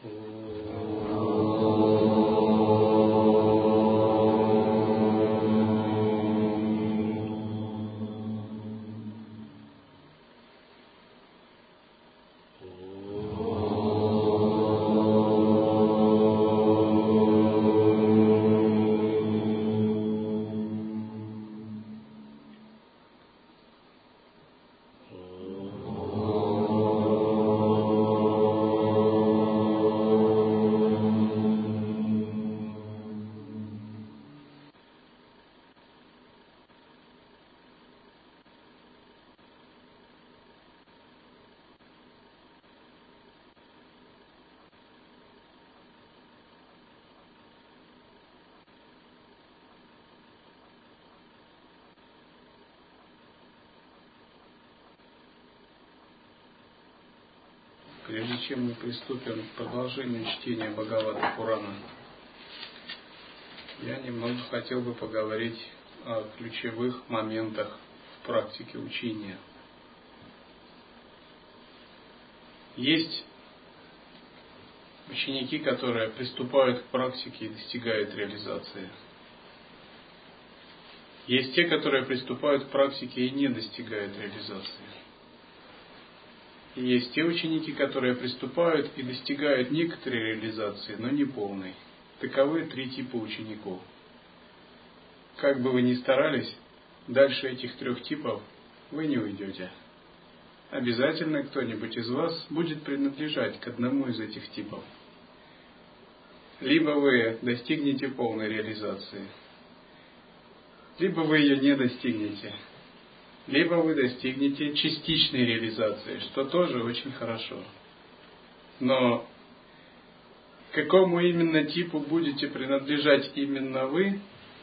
Прежде чем мы приступим к продолжению чтения Бхагавата Пурана, я немного хотел бы поговорить о ключевых моментах в практике учения. Есть ученики, которые приступают к практике и достигают реализации. Есть те, которые приступают к практике и не достигают реализации. И есть те ученики, которые приступают и достигают некоторой реализации, но не полной. Таковы три типа учеников. Как бы вы ни старались, дальше этих трех типов вы не уйдете. Обязательно кто-нибудь из вас будет принадлежать к одному из этих типов. Либо вы достигнете полной реализации, либо вы ее не достигнете, либо вы достигнете частичной реализации, что тоже очень хорошо. Но к какому именно типу будете принадлежать именно вы,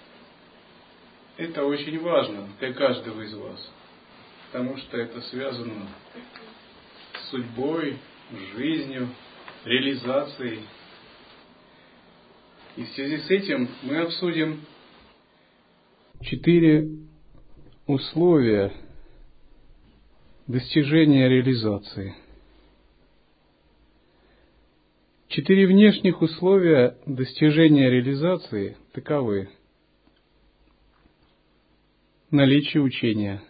это очень важно для каждого из вас, потому что это связано с судьбой, жизнью, реализацией. И в связи с этим мы обсудим 4 условия достижения реализации. 4 внешних условия достижения реализации таковы: наличие учения,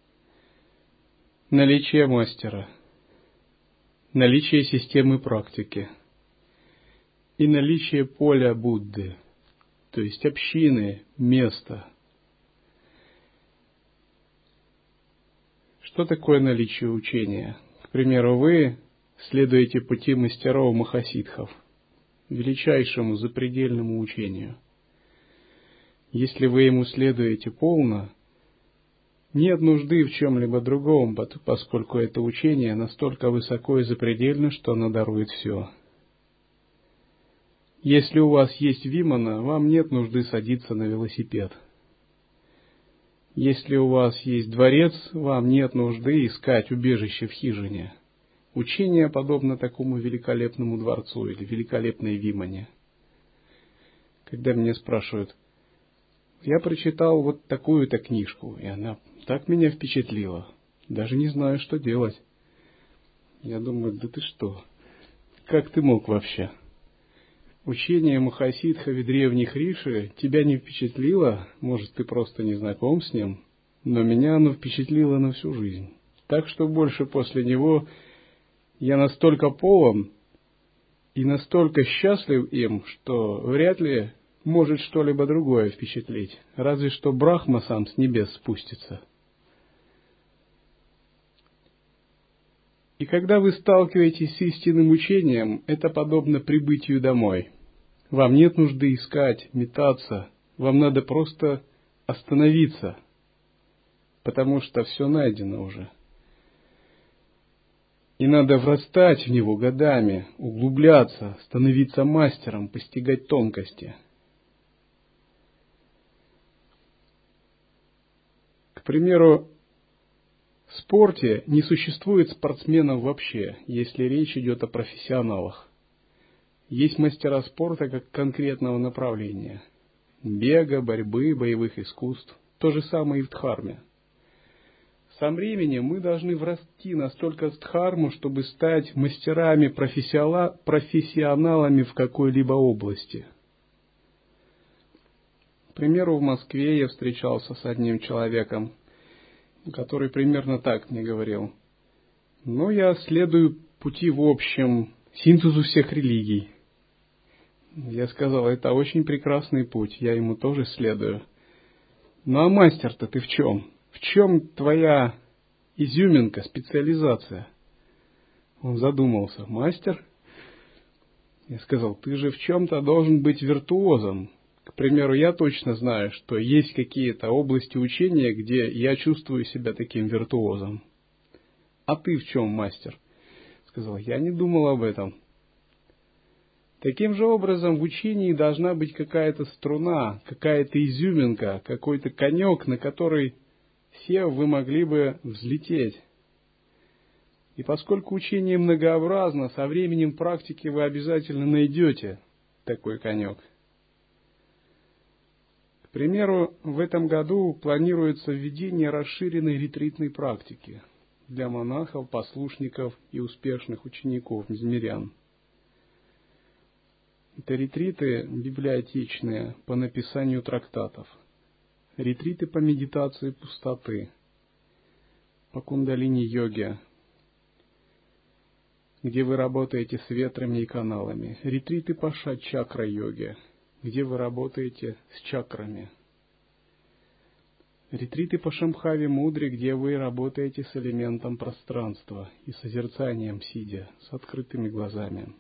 наличие мастера, наличие системы практики и наличие поля Будды, то есть общины, места. Что такое наличие учения? К примеру, вы следуете пути мастеров махасидхов, величайшему запредельному учению. Если вы ему следуете полно, нет нужды в чем-либо другом, поскольку это учение настолько высоко и запредельно, что оно дарует все. Если у вас есть вимана, вам нет нужды садиться на велосипед. Если у вас есть дворец, вам нет нужды искать убежище в хижине. Учение подобно такому великолепному дворцу или великолепной вимане. Когда меня спрашивают, я прочитал вот такую-то книжку, и она так меня впечатлила, даже не знаю, что делать. Я думаю, да ты что, как ты мог вообще? Учение Махасидхов и древних риши тебя не впечатлило, может, ты просто не знаком с ним, но меня оно впечатлило на всю жизнь. Так что больше после него я настолько полон и настолько счастлив им, что вряд ли может что-либо другое впечатлить, разве что Брахма сам с небес спустится. И когда вы сталкиваетесь с истинным учением, это подобно прибытию домой. Вам нет нужды искать, метаться, вам надо просто остановиться, потому что все найдено уже. И надо врастать в него годами, углубляться, становиться мастером, постигать тонкости. К примеру, в спорте не существует спортсменов вообще, если речь идет о профессионалах. Есть мастера спорта как конкретного направления. Бега, борьбы, боевых искусств. То же самое и в дхарме. со временем мы должны врасти настолько в дхарму, чтобы стать мастерами, профессионалами в какой-либо области. К примеру, в Москве я встречался с одним человеком, который примерно так мне говорил: «Ну, я следую пути, в общем, синтезу всех религий». Я сказал: «Это очень прекрасный путь, я ему тоже следую. Ну а мастер-то ты в чем? В чем твоя изюминка, специализация?» Он задумался. «Мастер?» Я сказал: «Ты же в чем-то должен быть виртуозом. К примеру, я точно знаю, что есть какие-то области учения, где я чувствую себя таким виртуозом. А ты в чем, мастер?» Сказал: «Я не думал об этом». Таким же образом в учении должна быть какая-то струна, какая-то изюминка, какой-то конек, на который все вы могли бы взлететь. И поскольку учение многообразно, со временем практики вы обязательно найдете такой конек. К примеру, в этом году планируется введение расширенной ретритной практики для монахов, послушников и успешных учеников-мирян. Это ретриты библиотечные по написанию трактатов, ретриты по медитации пустоты, по кундалини-йоге, где вы работаете с ветрами и каналами, ретриты по чакра-йоге, где вы работаете с чакрами, ретриты по Шамбхави-мудре, где вы работаете с элементом пространства и созерцанием сидя, с открытыми глазами,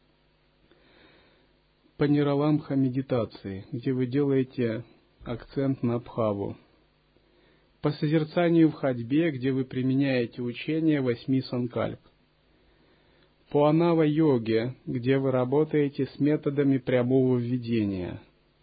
по Нираламха медитации, где вы делаете акцент на Абхаву, по созерцанию в ходьбе, где вы применяете учение 8 санкальп, по Анава-йоге, где вы работаете с методами прямого введения.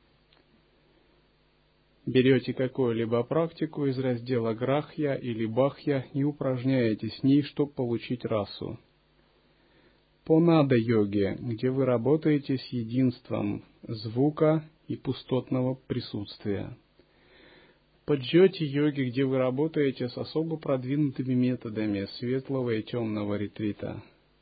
Берете какую-либо практику из раздела Грахья или Бахья и упражняетесь с ней, чтобы получить расу. По Нада-йоге, где вы работаете с единством звука и пустотного присутствия. По Джьоти-йоге, где вы работаете с особо продвинутыми методами светлого и темного ретрита.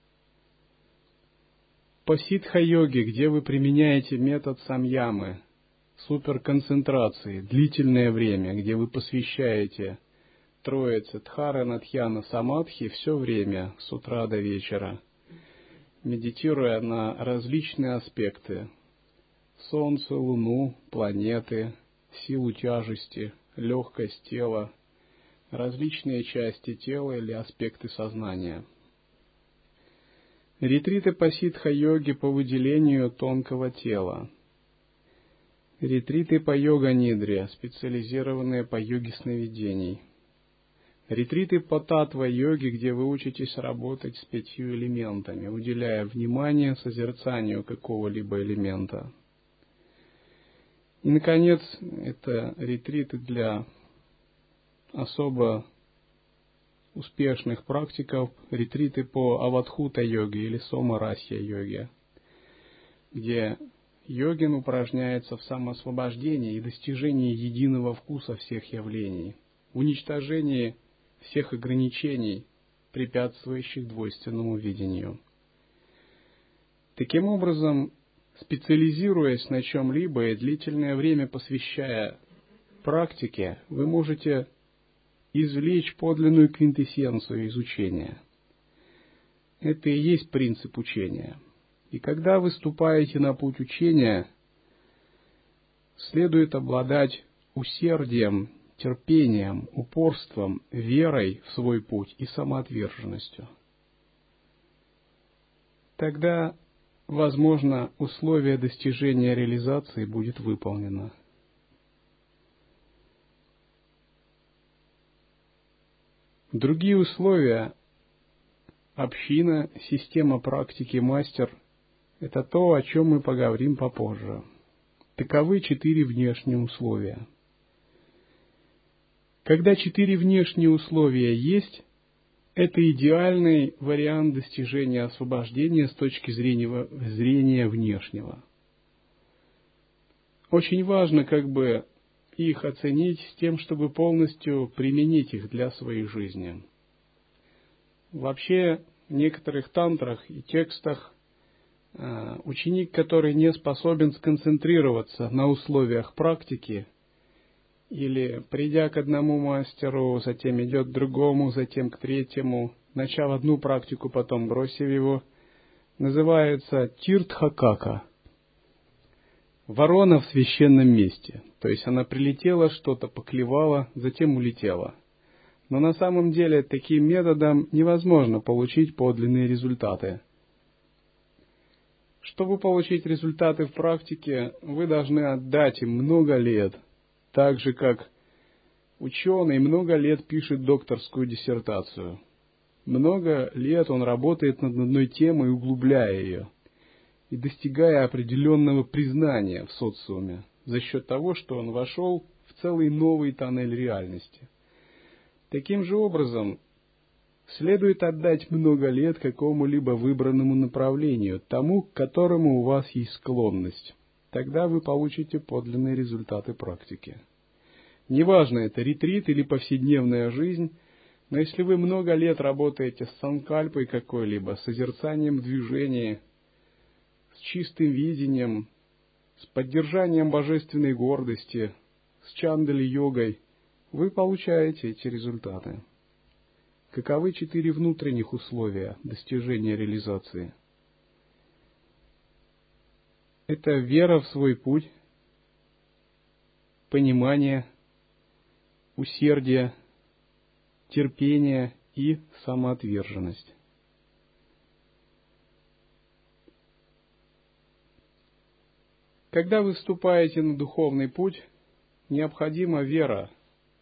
По Ситха-йоге, где вы применяете метод самьямы, суперконцентрации, длительное время, где вы посвящаете Троице Дхарана, Дхьяна, Самадхи все время, с утра до вечера, медитируя на различные аспекты — Солнце, Луну, планеты, силу тяжести, легкость тела, различные части тела или аспекты сознания. Ретриты по ситха-йоге по выделению тонкого тела. Ретриты по йога-нидре, специализированные по йоге сновидений. Ретриты по татва-йоге, где вы учитесь работать с 5 элементами, уделяя внимание созерцанию какого-либо элемента. И, наконец, это ретриты для особо успешных практиков, ретриты по авадхута-йоге или сома-расья-йоге, где йогин упражняется в самоосвобождении и достижении единого вкуса всех явлений, в уничтожении всех ограничений, препятствующих двойственному видению. Таким образом, специализируясь на чем-либо и длительное время посвящая практике, вы можете извлечь подлинную квинтэссенцию изучения. Это и есть принцип учения. И когда вы ступаете на путь учения, следует обладать усердием, терпением, упорством, верой в свой путь и самоотверженностью. Тогда, возможно, условие достижения реализации будет выполнено. Другие условия — община, система практики, мастер — это то, о чем мы поговорим попозже. Таковы 4 внешние условия. Когда 4 внешние условия есть, это идеальный вариант достижения освобождения с точки зрения внешнего. Очень важно их оценить с тем, чтобы полностью применить их для своей жизни. Вообще, в некоторых тантрах и текстах ученик, который не способен сконцентрироваться на условиях практики, или придя к одному мастеру, затем идет к другому, затем к третьему, начав одну практику, потом бросив его, называется тиртхакака. Ворона в священном месте. То есть она прилетела, что-то поклевала, затем улетела. Но на самом деле таким методом невозможно получить подлинные результаты. Чтобы получить результаты в практике, вы должны отдать им много лет. Так же, как ученый много лет пишет докторскую диссертацию. Много лет он работает над одной темой, углубляя ее и достигая определенного признания в социуме за счет того, что он вошел в целый новый тоннель реальности. Таким же образом, следует отдать много лет какому-либо выбранному направлению, тому, к которому у вас есть склонность. Тогда вы получите подлинные результаты практики. Неважно, это ретрит или повседневная жизнь, но если вы много лет работаете с санкальпой какой-либо, с созерцанием в движении, с чистым видением, с поддержанием божественной гордости, с чандали-йогой, вы получаете эти результаты. Каковы 4 внутренних условия достижения реализации? Это вера в свой путь, понимание, усердие, терпение и самоотверженность. Когда вы вступаете на духовный путь, необходима вера.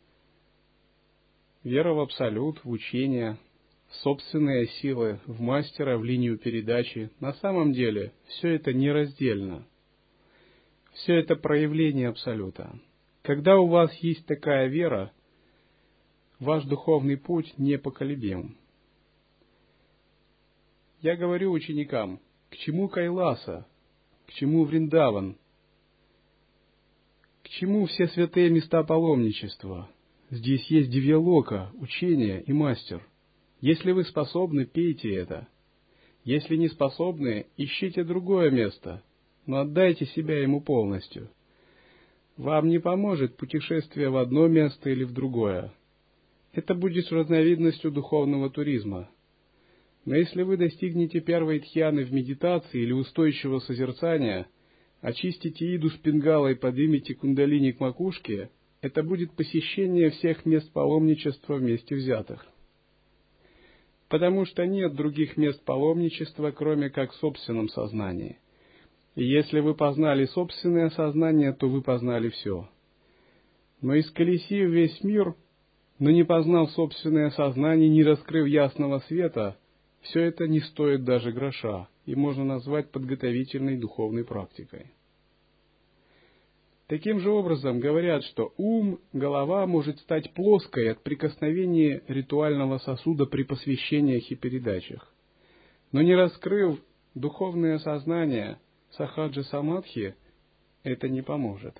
Вера в Абсолют, в учение, в собственные силы, в мастера, в линию передачи. На самом деле, все это нераздельно. Все это проявление Абсолюта. Когда у вас есть такая вера, ваш духовный путь непоколебим. Я говорю ученикам, к чему Кайласа? К чему Вриндаван? К чему все святые места паломничества? Здесь есть дивья-лока, учение и мастер. Если вы способны, пейте это. Если не способны, ищите другое место, но отдайте себя ему полностью. Вам не поможет путешествие в одно место или в другое. Это будет разновидностью духовного туризма. Но если вы достигнете первой дхьяны в медитации или устойчивого созерцания, очистите иду с пингалой и поднимете кундалини к макушке, это будет посещение всех мест паломничества вместе взятых. Потому что нет других мест паломничества, кроме как в собственном сознании. И если вы познали собственное сознание, то вы познали все. Но исколесив весь мир, но не познав собственное сознание, не раскрыв ясного света, все это не стоит даже гроша и можно назвать подготовительной духовной практикой. Таким же образом говорят, что ум, голова может стать плоской от прикосновения ритуального сосуда при посвящениях и передачах. Но не раскрыв духовное сознание сахаджа самадхи, это не поможет.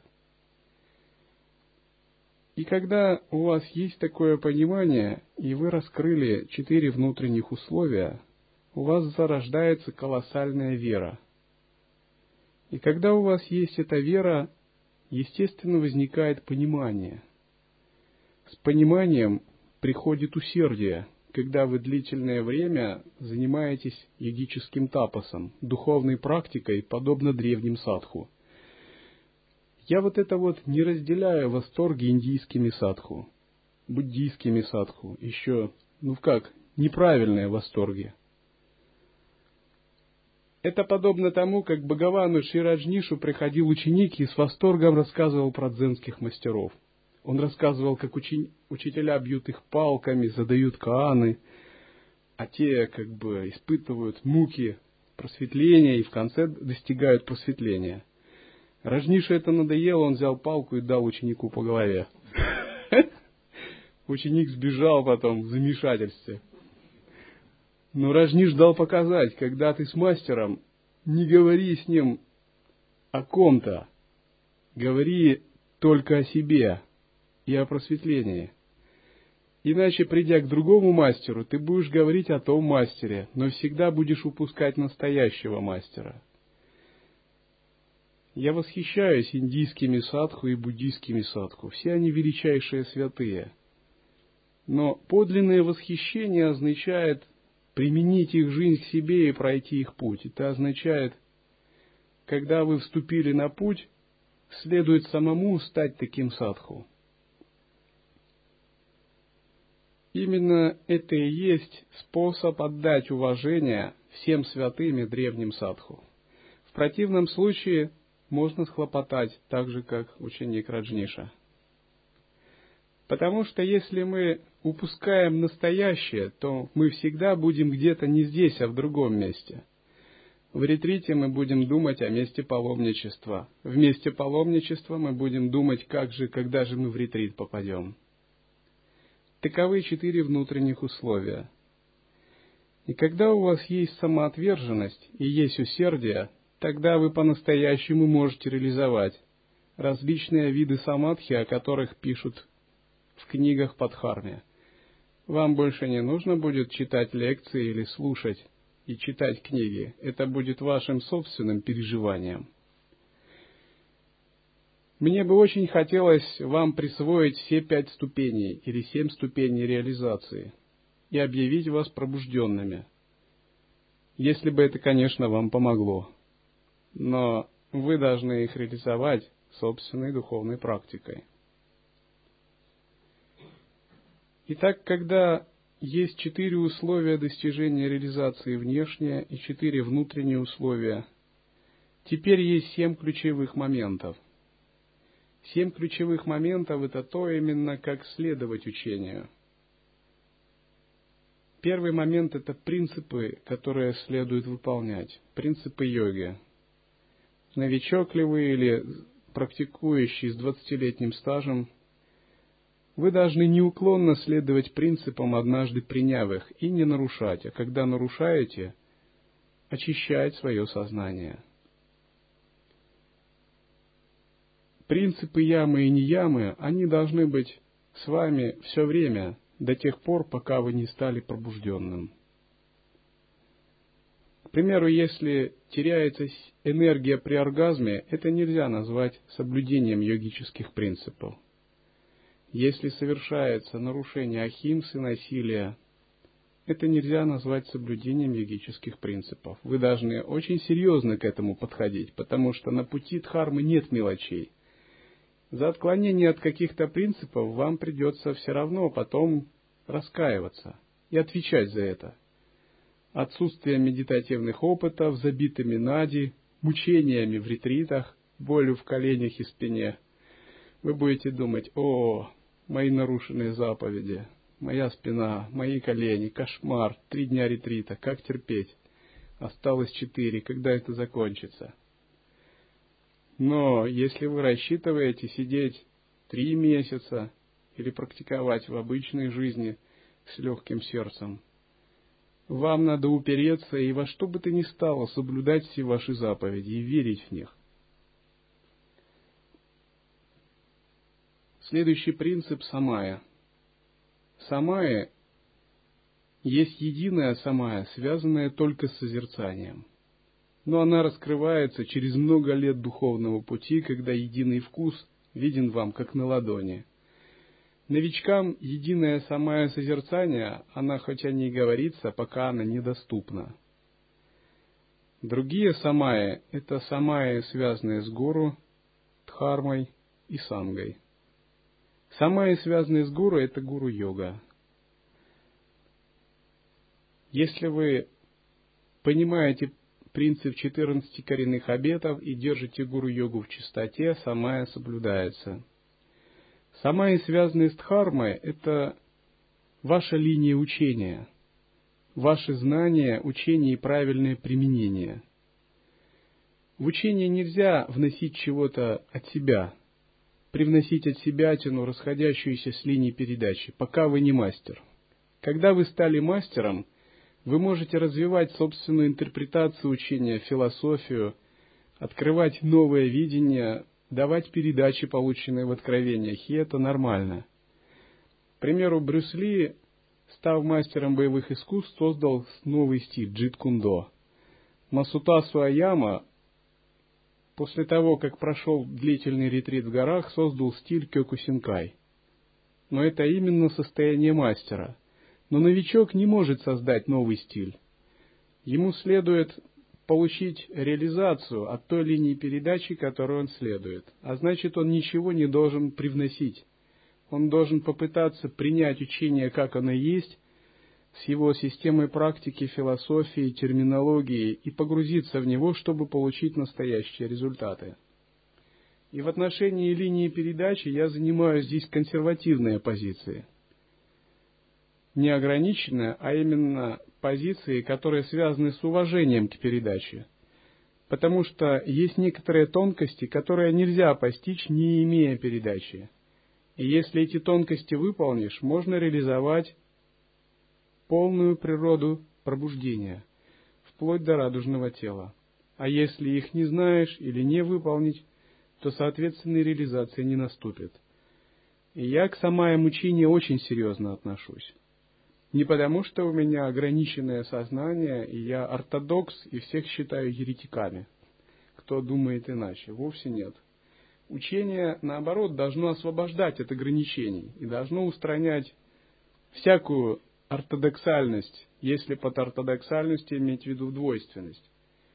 И когда у вас есть такое понимание, и вы раскрыли 4 внутренних условия, у вас зарождается колоссальная вера. И когда у вас есть эта вера, естественно, возникает понимание. С пониманием приходит усердие, когда вы длительное время занимаетесь йогическим тапасом, духовной практикой, подобно древним садху. Я не разделяю восторги индийскими садху, буддийскими садху, еще, неправильные восторги. Это подобно тому, как Бхагавану Шри Раджнишу приходил ученик и с восторгом рассказывал про дзенских мастеров. Он рассказывал, как учителя бьют их палками, задают кааны, а те испытывают муки просветления и в конце достигают просветления. Раджнишу это надоело, он взял палку и дал ученику по голове. Ученик сбежал потом в замешательстве. Но Раджниш дал показать, когда ты с мастером, не говори с ним о ком-то. Говори только о себе и о просветлении. Иначе, придя к другому мастеру, ты будешь говорить о том мастере, но всегда будешь упускать настоящего мастера. Я восхищаюсь индийскими садху и буддийскими садху. Все они величайшие святые. Но подлинное восхищение означает применить их жизнь к себе и пройти их путь. Это означает, когда вы вступили на путь, следует самому стать таким садху. Именно это и есть способ отдать уважение всем святым и древним садху. В противном случае можно схлопотать так же, как ученик Раджниша. Потому что если мы упускаем настоящее, то мы всегда будем где-то не здесь, а в другом месте. В ретрите мы будем думать о месте паломничества. В месте паломничества мы будем думать, когда же мы в ретрит попадем. Таковы 4 внутренних условия. И когда у вас есть самоотверженность и есть усердие, тогда вы по-настоящему можете реализовать различные виды самадхи, о которых пишут в книгах по дхарме. Вам больше не нужно будет читать лекции или слушать и читать книги. Это будет вашим собственным переживанием. Мне бы очень хотелось вам присвоить все 5 ступеней или 7 ступеней реализации и объявить вас пробужденными, если бы это, конечно, вам помогло. Но вы должны их реализовать собственной духовной практикой. Итак, когда есть 4 условия достижения реализации внешние и 4 внутренние условия, теперь есть 7 ключевых моментов. 7 ключевых моментов – это то именно, как следовать учению. Первый момент – это принципы, которые следует выполнять, принципы йоги. Новичок ли вы или практикующий с 20-летним стажем, вы должны неуклонно следовать принципам, однажды приняв их, и не нарушать, а когда нарушаете, очищать свое сознание. Принципы ямы и неямы, они должны быть с вами все время, до тех пор, пока вы не стали пробужденным. К примеру, если теряется энергия при оргазме, это нельзя назвать соблюдением йогических принципов. Если совершается нарушение ахимсы, насилия, это нельзя назвать соблюдением йогических принципов. Вы должны очень серьезно к этому подходить, потому что на пути дхармы нет мелочей. За отклонение от каких-то принципов вам придется все равно потом раскаиваться и отвечать за это. Отсутствие медитативных опытов, забитыми нади, мучениями в ретритах, болью в коленях и спине. Вы будете думать: о, мои нарушенные заповеди, моя спина, мои колени, кошмар, 3 дня ретрита, как терпеть? Осталось 4, когда это закончится? Но если вы рассчитываете сидеть 3 месяца или практиковать в обычной жизни с легким сердцем, вам надо упереться и во что бы то ни стало соблюдать все ваши заповеди и верить в них. Следующий принцип – самая. Самая есть единая самая, связанная только с созерцанием. Но она раскрывается через много лет духовного пути, когда единый вкус виден вам как на ладони. Новичкам единое самая созерцание, она хотя не говорится, пока она недоступна. Другие самая – это самая, связанные с гуру, дхармой и сангой. Самая, связанная с гуру, это гуру-йога. Если вы понимаете принцип 14 коренных обетов и держите гуру-йогу в чистоте, самая соблюдается. Самая, связанная с дхармой, это ваша линия учения, ваши знания, учение и правильное применение. В учение нельзя вносить чего-то от себя, привносить от себя тяну, расходящуюся с линии передачи, пока вы не мастер. Когда вы стали мастером, вы можете развивать собственную интерпретацию учения, философию, открывать новое видение давать передачи, полученные в откровениях, и это нормально. К примеру, Брюс Ли, став мастером боевых искусств, создал новый стиль джит-кундо. Масутасу Аяма, после того, как прошел длительный ретрит в горах, создал стиль кёкусинкай. Но это именно состояние мастера. Но новичок не может создать новый стиль. Ему следует получить реализацию от той линии передачи, которой он следует. А значит, он ничего не должен привносить. Он должен попытаться принять учение, как оно есть, с его системой практики, философии, терминологии, и погрузиться в него, чтобы получить настоящие результаты. И в отношении линии передачи я занимаю здесь консервативные позиции. Не ограниченные, а именно позиции, которые связаны с уважением к передаче. Потому что есть некоторые тонкости, которые нельзя постичь, не имея передачи. И если эти тонкости выполнишь, можно реализовать полную природу пробуждения, вплоть до радужного тела. А если их не знаешь или не выполнить, то, соответственно, реализация не наступит. И я к самаям учению очень серьезно отношусь. Не потому, что у меня ограниченное сознание, и я ортодокс, и всех считаю еретиками, кто думает иначе. Вовсе нет. Учение, наоборот, должно освобождать от ограничений и должно устранять всякую ортодоксальность, если под ортодоксальностью иметь в виду двойственность.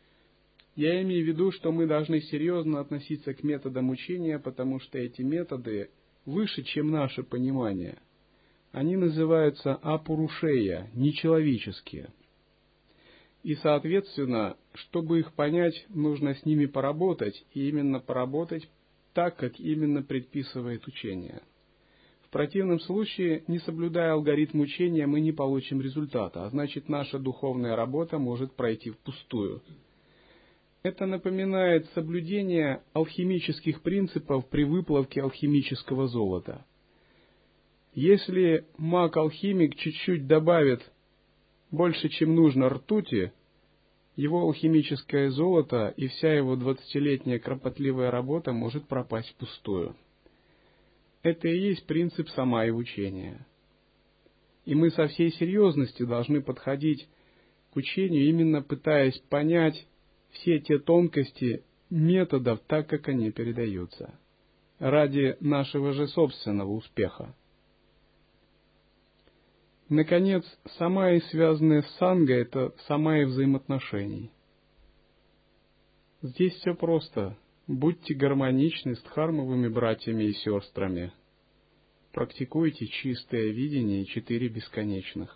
Я имею в виду, что мы должны серьезно относиться к методам учения, потому что эти методы выше, чем наше понимание. Они называются апурушея, нечеловеческие. И, соответственно, чтобы их понять, нужно с ними поработать, и именно поработать так, как именно предписывает учение. В противном случае, не соблюдая алгоритм учения, мы не получим результата, а значит, наша духовная работа может пройти впустую. Это напоминает соблюдение алхимических принципов при выплавке алхимического золота. Если маг-алхимик чуть-чуть добавит больше, чем нужно ртути, его алхимическое золото и вся его 20-летняя кропотливая работа может пропасть впустую. Это и есть принцип самаи-учения. И мы со всей серьезностью должны подходить к учению, именно пытаясь понять все те тонкости методов так, как они передаются, ради нашего же собственного успеха. Наконец, самаи, связанные с санга, это самаи взаимоотношений. Здесь все просто. Будьте гармоничны с дхармовыми братьями и сестрами. Практикуйте чистое видение и 4 бесконечных.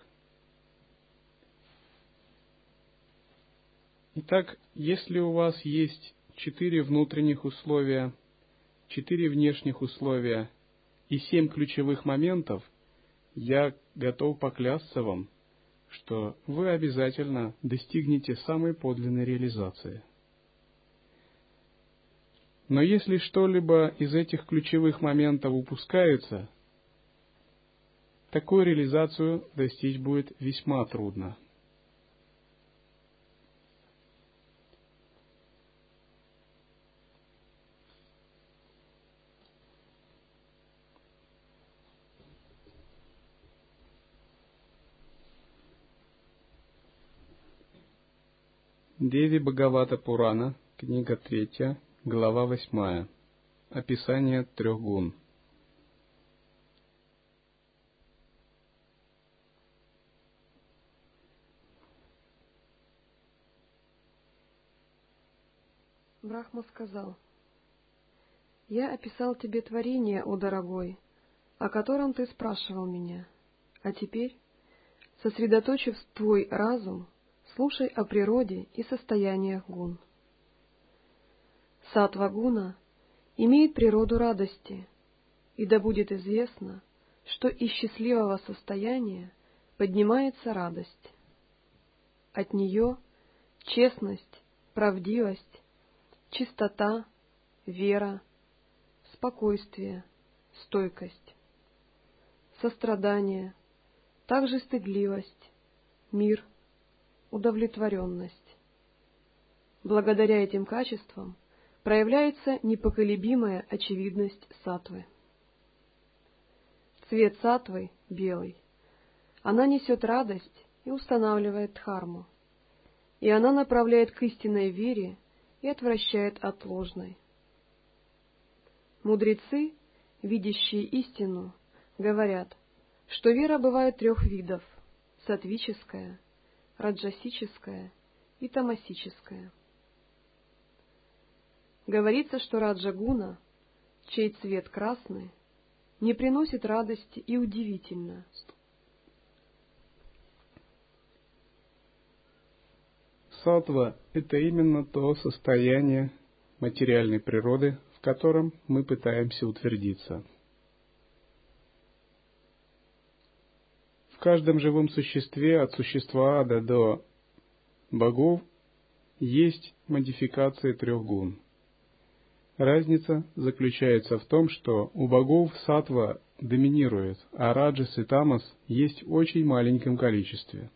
Итак, если у вас есть 4 внутренних условия, 4 внешних условия и 7 ключевых моментов, я готов поклясться вам, что вы обязательно достигнете самой подлинной реализации. Но если что-либо из этих ключевых моментов упускается, такую реализацию достичь будет весьма трудно. Деви Бхагавата Пурана, книга 3, глава 8. Описание 3 гун. Брахма сказал: «Я описал тебе творение, о дорогой, о котором ты спрашивал меня, а теперь, сосредоточив твой разум, слушай о природе и состояниях гун. Саттва-гуна имеет природу радости, и да будет известно, что из счастливого состояния поднимается радость. От нее честность, правдивость, чистота, вера, спокойствие, стойкость, сострадание, также стыдливость, мир, удовлетворенность. Благодаря этим качествам проявляется непоколебимая очевидность саттвы. Цвет саттвы — белый. Она несет радость и устанавливает дхарму, и она направляет к истинной вере и отвращает от ложной. Мудрецы, видящие истину, говорят, что вера бывает 3 видов — саттвическая, раджасическая и тамасическая. Говорится, что раджагуна, чей цвет красный, не приносит радости и удивительно. Саттва — это именно то состояние материальной природы, в котором мы пытаемся утвердиться. В каждом живом существе, от существа ада до богов, есть модификации 3 гун. Разница заключается в том, что у богов саттва доминирует, а раджас и тамас есть в очень маленьком количестве.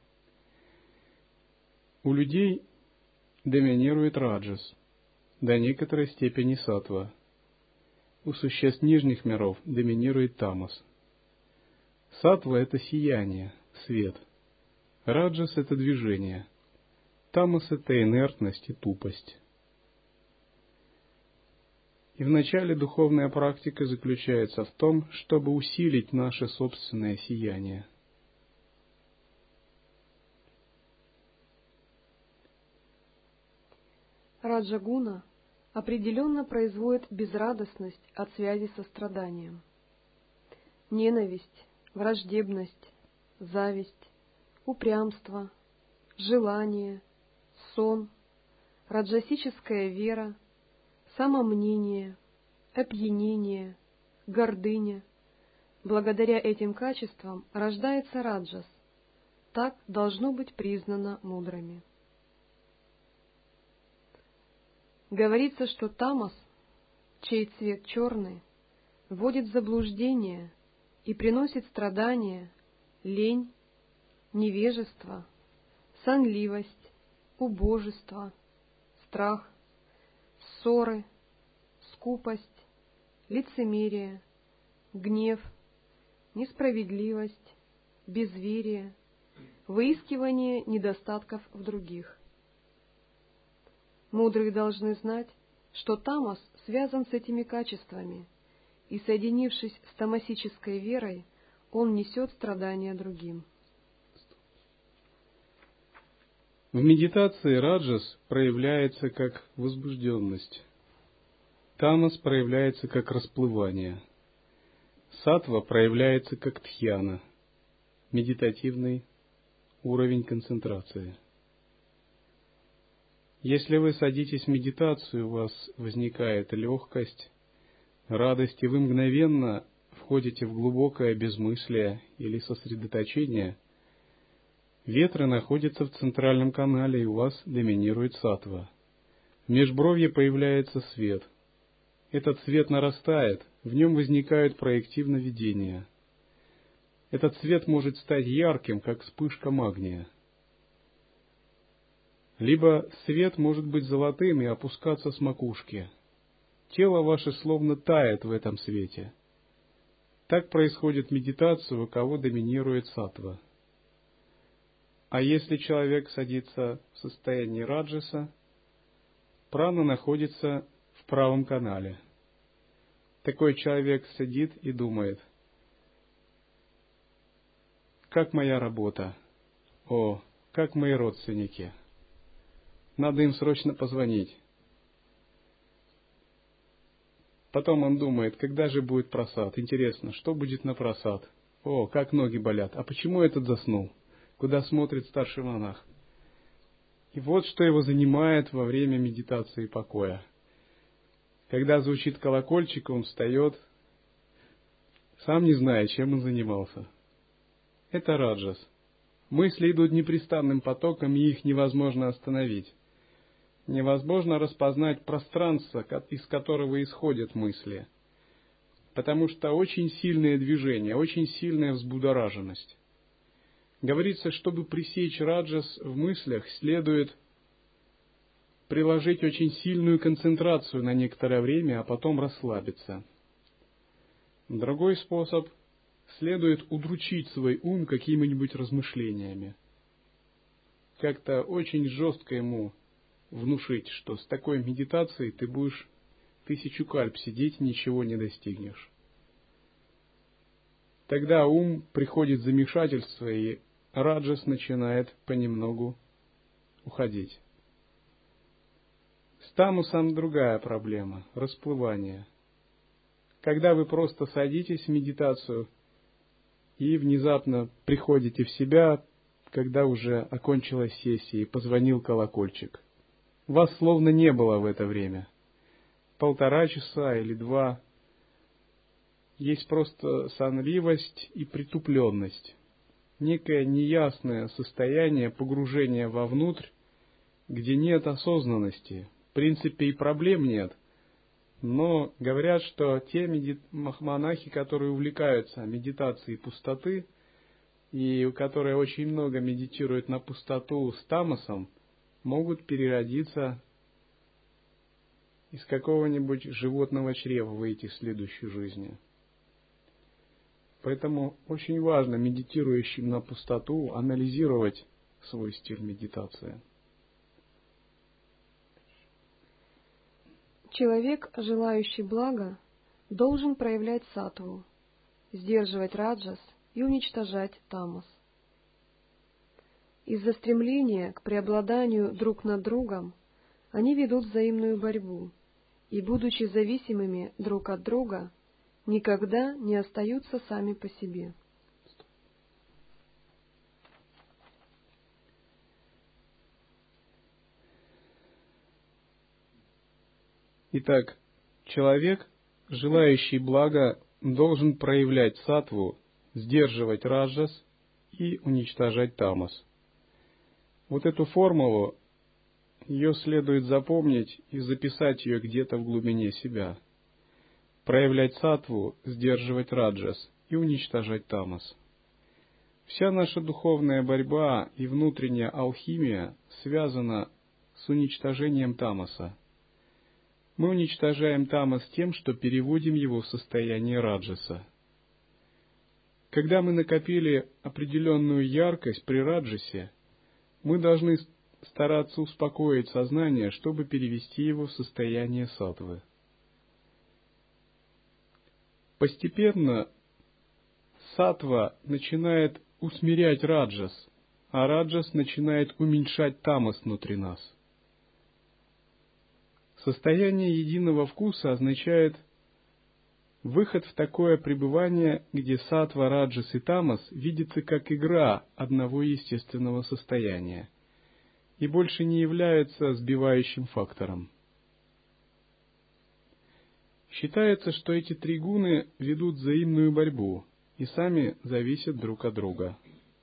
У людей доминирует раджас, до некоторой степени саттва. У существ нижних миров доминирует тамас. Саттва — это сияние, свет. Раджас — это движение. Тамас — это инертность и тупость. И вначале духовная практика заключается в том, чтобы усилить наше собственное сияние. Раджагуна определенно производит безрадостность от связи со страданием. Ненависть, враждебность, зависть, упрямство, желание, сон, раджасическая вера, самомнение, опьянение, гордыня. Благодаря этим качествам рождается раджас. Так должно быть признано мудрыми. Говорится, что тамас, чей цвет черный, вводит в заблуждение и приносит страдания, лень, невежество, сонливость, убожество, страх, ссоры, скупость, лицемерие, гнев, несправедливость, безверие, выискивание недостатков в других. Мудрые должны знать, что тамас связан с этими качествами, и, соединившись с тамасической верой, он несет страдания другим. В медитации раджас проявляется как возбужденность. Тамас проявляется как расплывание. Саттва проявляется как дхьяна, медитативный уровень концентрации. Если вы садитесь в медитацию, у вас возникает легкость, радость, и вы мгновенно входите в глубокое безмыслие или сосредоточение, ветры находятся в центральном канале, и у вас доминирует саттва. В межбровье появляется свет. Этот свет нарастает, в нем возникают проективно видения. Этот свет может стать ярким, как вспышка магния. Либо свет может быть золотым и опускаться с макушки. Тело ваше словно тает в этом свете. Так происходит медитация, у кого доминирует саттва. А если человек садится в состоянии раджаса, прана находится в правом канале. Такой человек сидит и думает: как моя работа? О, как мои родственники? Надо им срочно позвонить. Потом он думает, когда же будет просад? Интересно, что будет на просад? О, как ноги болят. А почему этот заснул? Куда смотрит старший монах? И вот что его занимает во время медитации и покоя. Когда звучит колокольчик, он встает, сам не зная, чем он занимался. Это раджас. Мысли идут непрестанным потоком, и их невозможно остановить. Невозможно распознать пространство, из которого исходят мысли, потому что очень сильное движение, очень сильная взбудораженность. Говорится, чтобы пресечь раджас в мыслях, следует приложить очень сильную концентрацию на некоторое время, а потом расслабиться. Другой способ – следует удручить свой ум какими-нибудь размышлениями. Как-то очень жестко ему внушить, что с такой медитацией ты будешь 1000 кальп сидеть и ничего не достигнешь. Тогда ум приходит в замешательство, и раджас начинает понемногу уходить. С тамасом другая проблема – расплывание. Когда вы просто садитесь в медитацию и внезапно приходите в себя, когда уже окончилась сессия и позвонил колокольчик. Вас словно не было в это время. 1,5 часа или 2. Есть просто сонливость и притупленность. Некое неясное состояние погружения вовнутрь, где нет осознанности. В принципе, и проблем нет. Но говорят, что те монахи, которые увлекаются медитацией пустоты, и которые очень много медитируют на пустоту с тамасом, могут переродиться из какого-нибудь животного чрева, выйти в следующей жизни. Поэтому очень важно медитирующим на пустоту анализировать свой стиль медитации. Человек, желающий блага, должен проявлять саттву, сдерживать раджас и уничтожать тамас. Из-за стремления к преобладанию друг над другом они ведут взаимную борьбу и, будучи зависимыми друг от друга, никогда не остаются сами по себе. Итак, человек, желающий блага, должен проявлять саттву, сдерживать раджас и уничтожать тамас. Вот эту формулу, ее следует запомнить и записать ее где-то в глубине себя. Проявлять саттву, сдерживать раджас и уничтожать тамас. Вся наша духовная борьба и внутренняя алхимия связана с уничтожением тамаса. Мы уничтожаем тамас тем, что переводим его в состояние раджаса. Когда мы накопили определенную яркость при раджасе, мы должны стараться успокоить сознание, чтобы перевести его в состояние саттвы. Постепенно саттва начинает усмирять раджас, а раджас начинает уменьшать тамас внутри нас. Состояние единого вкуса означает выход в такое пребывание, где саттва, раджас и тамас видятся как игра одного естественного состояния и больше не являются сбивающим фактором. Считается, что эти три гуны ведут взаимную борьбу и сами зависят друг от друга.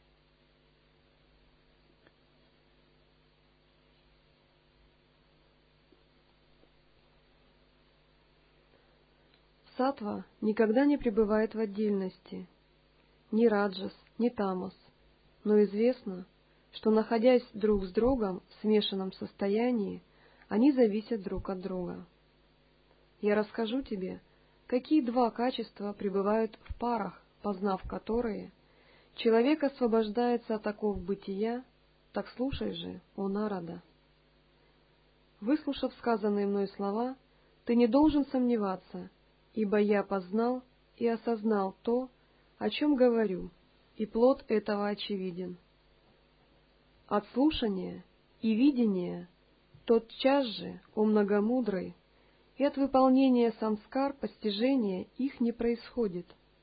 Саттва никогда не пребывает в отдельности, ни раджас, ни тамас, но известно, что, находясь друг с другом в смешанном состоянии, они зависят друг от друга. Я расскажу тебе, какие два качества пребывают в парах, познав которые, человек освобождается от оков бытия, так слушай же, о Нарада. Выслушав сказанные мной слова, ты не должен сомневаться, ибо я познал и осознал то, о чем говорю, и плод этого очевиден. От слушания и видения тотчас же, о многомудрый, и от выполнения самскар постижения их не происходит.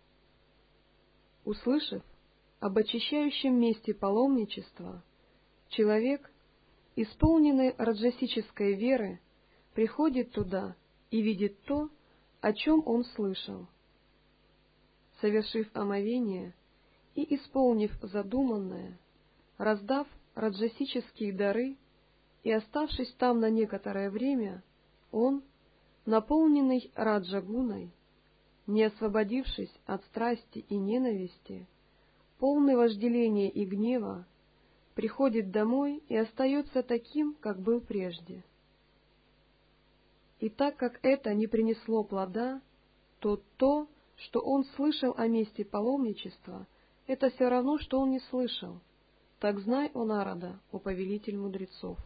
Услышав об очищающем месте паломничества, человек, исполненный раджасической веры, приходит туда и видит то, о чем он слышал. Совершив омовение и исполнив задуманное, раздав раджасические дары и оставшись там на некоторое время, он, наполненный раджагуной, не освободившись от страсти и ненависти, полный вожделения и гнева, приходит домой и остается таким, как был прежде. И так как это не принесло плода, то то, что он слышал о месте паломничества, это все равно, что он не слышал. Так знай, о народа, о повелитель мудрецов.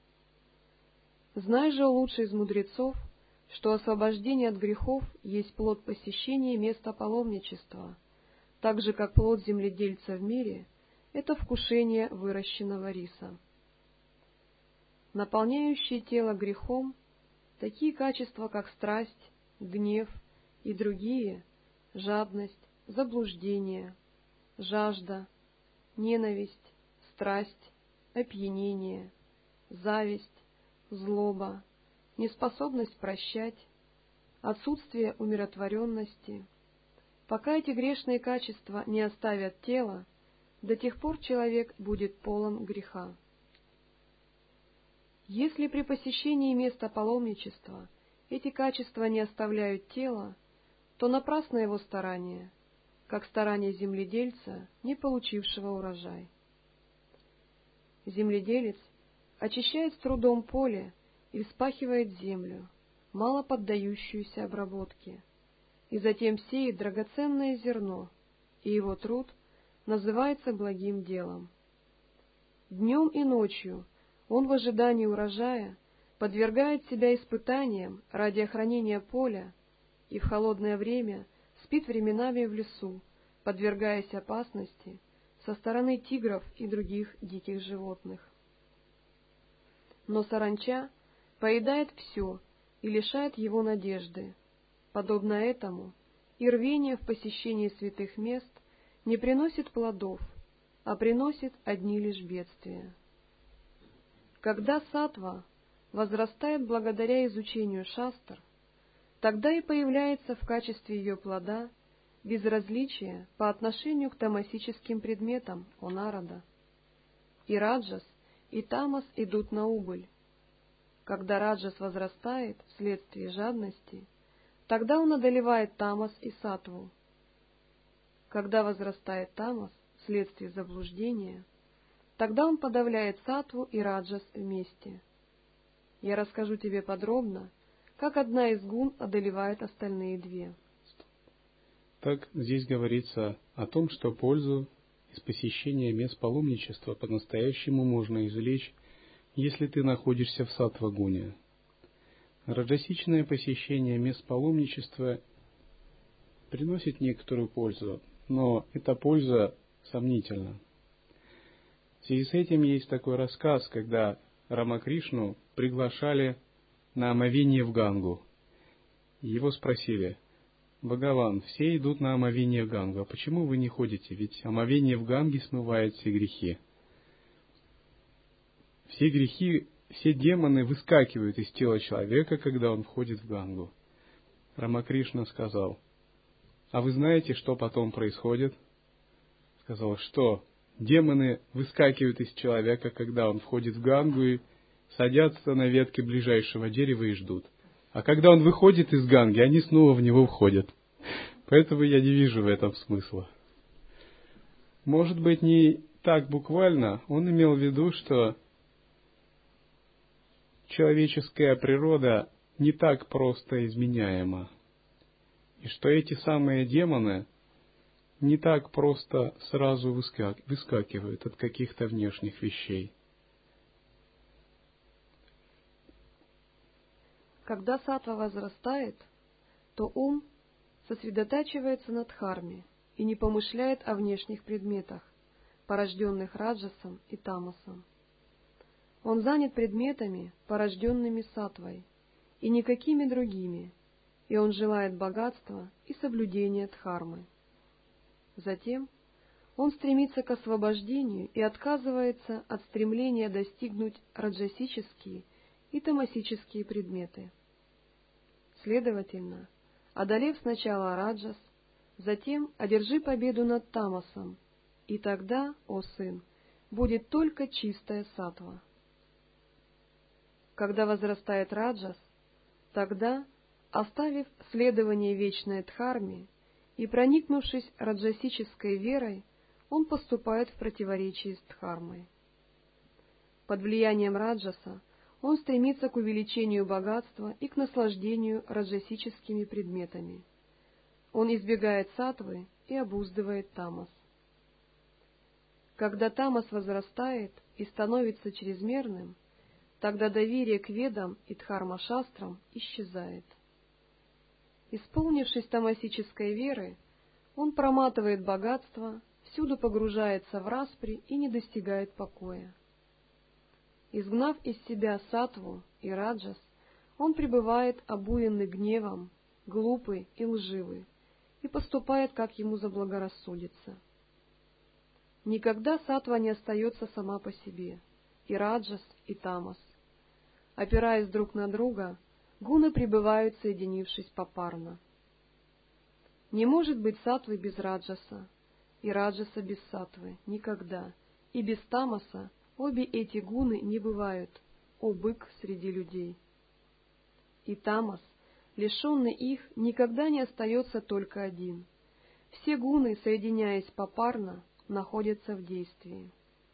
Знай же, о лучший из мудрецов, что освобождение от грехов есть плод посещения места паломничества, так же, как плод земледельца в мире — это вкушение выращенного риса. Наполняющие тело грехом такие качества, как страсть, гнев и другие, жадность, заблуждение, жажда, ненависть, страсть, опьянение, зависть, злоба, неспособность прощать, отсутствие умиротворенности. Пока эти грешные качества не оставят тело, до тех пор человек будет полон греха. Если при посещении места паломничества эти качества не оставляют тело, то напрасно его старание, как старание земледельца, не получившего урожай. Земледелец очищает с трудом поле и вспахивает землю, мало поддающуюся обработке, и затем сеет драгоценное зерно, и его труд называется благим делом. Днем и ночью он в ожидании урожая подвергает себя испытаниям ради охранения поля и в холодное время спит временами в лесу, подвергаясь опасности со стороны тигров и других диких животных. Но саранча поедает все и лишает его надежды. Подобно этому и рвение в посещении святых мест не приносит плодов, а приносит одни лишь бедствия. Когда саттва возрастает благодаря изучению шастр, тогда и появляется в качестве ее плода безразличие по отношению к тамасическим предметам, о народа. И раджас, и тамас идут на убыль. Когда раджас возрастает вследствие жадности, тогда он одолевает тамас и саттву. Когда возрастает тамас вследствие заблуждения, тогда он подавляет саттву и раджас вместе. Я расскажу тебе подробно, как одна из гун одолевает остальные две. Так здесь говорится о том, что пользу из посещения мест паломничества по-настоящему можно извлечь, если ты находишься в саттва-гуне. Раджасичное посещение мест паломничества приносит некоторую пользу, но эта польза сомнительна. В связи с этим есть такой рассказ, когда Рамакришну приглашали на омовение в Гангу. Его спросили: «Бхагаван, все идут на омовение в Гангу, а почему вы не ходите? Ведь омовение в Ганге смывает все грехи». Все грехи, все демоны выскакивают из тела человека, когда он входит в Гангу. Рамакришна сказал: «А вы знаете, что потом происходит?» Сказал: «Что? Демоны выскакивают из человека, когда он входит в Гангу, и садятся на ветке ближайшего дерева и ждут. А когда он выходит из Ганги, они снова в него входят. Поэтому я не вижу в этом смысла». Может быть, не так буквально. Он имел в виду, что человеческая природа не так просто изменяема, и что эти самые демоны не так просто сразу выскакивают от каких-то внешних вещей. Когда саттва возрастает, то ум сосредотачивается на дхарме и не помышляет о внешних предметах, порожденных раджасом и тамасом. Он занят предметами, порожденными саттвой, и никакими другими, и он желает богатства и соблюдения дхармы. Затем он стремится к освобождению и отказывается от стремления достигнуть раджасические и тамасические предметы. Следовательно, одолев сначала раджас, затем одержи победу над тамасом, и тогда, о сын, будет только чистая саттва. Когда возрастает раджас, тогда, оставив следование вечной дхарме и проникнувшись раджасической верой, он поступает в противоречии с дхармой. Под влиянием раджаса он стремится к увеличению богатства и к наслаждению раджасическими предметами. Он избегает саттвы и обуздывает тамас. Когда тамас возрастает и становится чрезмерным, тогда доверие к ведам и дхарма-шастрам исчезает. Исполнившись тамасической веры, он проматывает богатство, всюду погружается в распри и не достигает покоя. Изгнав из себя саттву и раджас, он пребывает обуянный гневом, глупый и лживый, и поступает, как ему заблагорассудится. Никогда саттва не остается сама по себе, и раджас, и тамас. Опираясь друг на друга, гуны пребывают, соединившись попарно. Не может быть саттвы без раджаса, и раджаса без саттвы, никогда, и без тамаса обе эти гуны не бывают, о бык среди людей. И тамас, лишенный их, никогда не остается только один. Все гуны, соединяясь попарно, находятся в действии.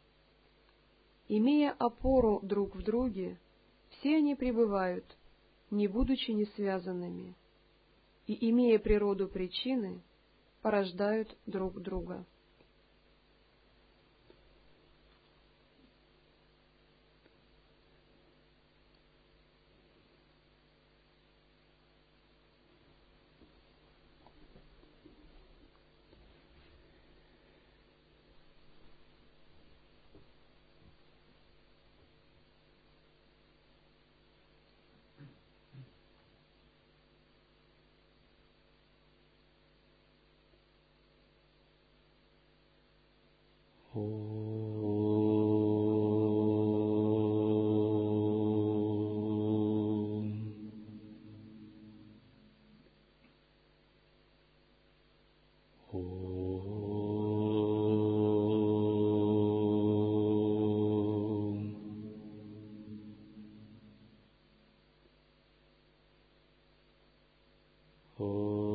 Имея опору друг в друге, все они пребывают, не будучи не связанными, и, имея природу причины, порождают друг друга. Om.